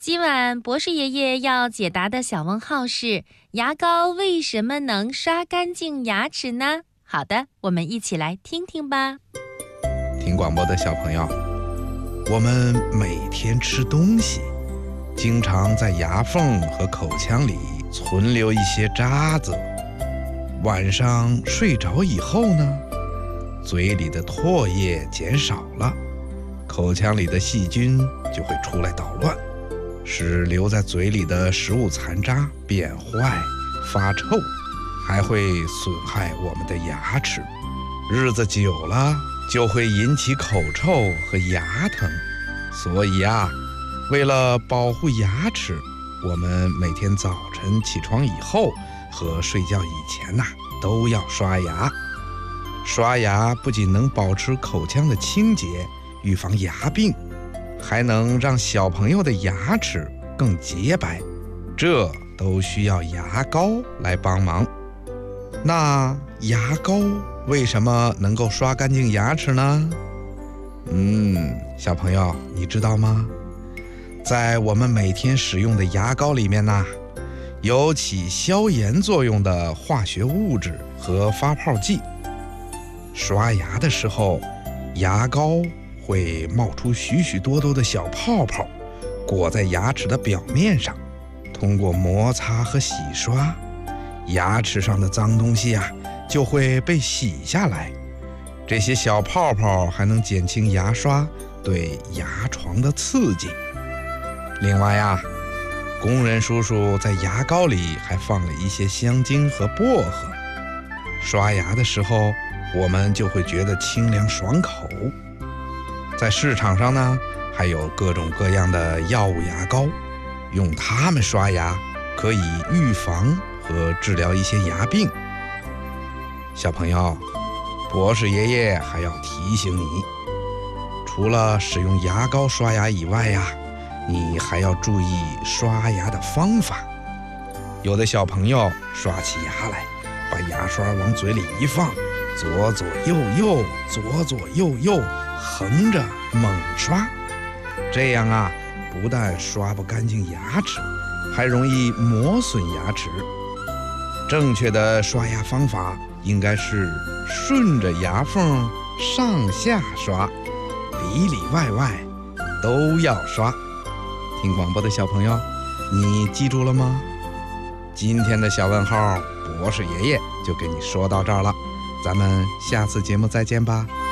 今晚博士爷爷要解答的小问号是：牙膏为什么能刷干净牙齿呢？好的，我们一起来听听吧。 听广播的小朋友，我们每天吃东西，经常在牙缝和口腔里存留一些渣子。晚上睡着以后呢，嘴里的唾液减少了，口腔里的细菌就会出来捣乱，使留在嘴里的食物残渣变坏、发臭，还会损害我们的牙齿。日子久了，就会引起口臭和牙疼。所以为了保护牙齿，我们每天早晨起床以后和睡觉以前都要刷牙。刷牙不仅能保持口腔的清洁，预防牙病，还能让小朋友的牙齿更洁白，这都需要牙膏来帮忙。那牙膏为什么能够刷干净牙齿呢？小朋友，你知道吗？在我们每天使用的牙膏里面有起消炎作用的化学物质和发泡剂。刷牙的时候，牙膏会冒出许许多多的小泡泡，裹在牙齿的表面上。通过摩擦和洗刷，牙齿上的脏东西就会被洗下来。这些小泡泡还能减轻牙刷对牙床的刺激。另外工人叔叔在牙膏里还放了一些香精和薄荷，刷牙的时候我们就会觉得清凉爽口。在市场上还有各种各样的药物牙膏，用它们刷牙可以预防和治疗一些牙病。小朋友，博士爷爷还要提醒你，除了使用牙膏刷牙以外你还要注意刷牙的方法。有的小朋友刷起牙来，把牙刷往嘴里一放，左左右右，左左右右，横着猛刷，这样不但刷不干净牙齿，还容易磨损牙齿。正确的刷牙方法应该是顺着牙缝上下刷，里里外外都要刷。听广播的小朋友，你记住了吗？今天的小问号，博士爷爷就给你说到这儿了，咱们下次节目再见吧。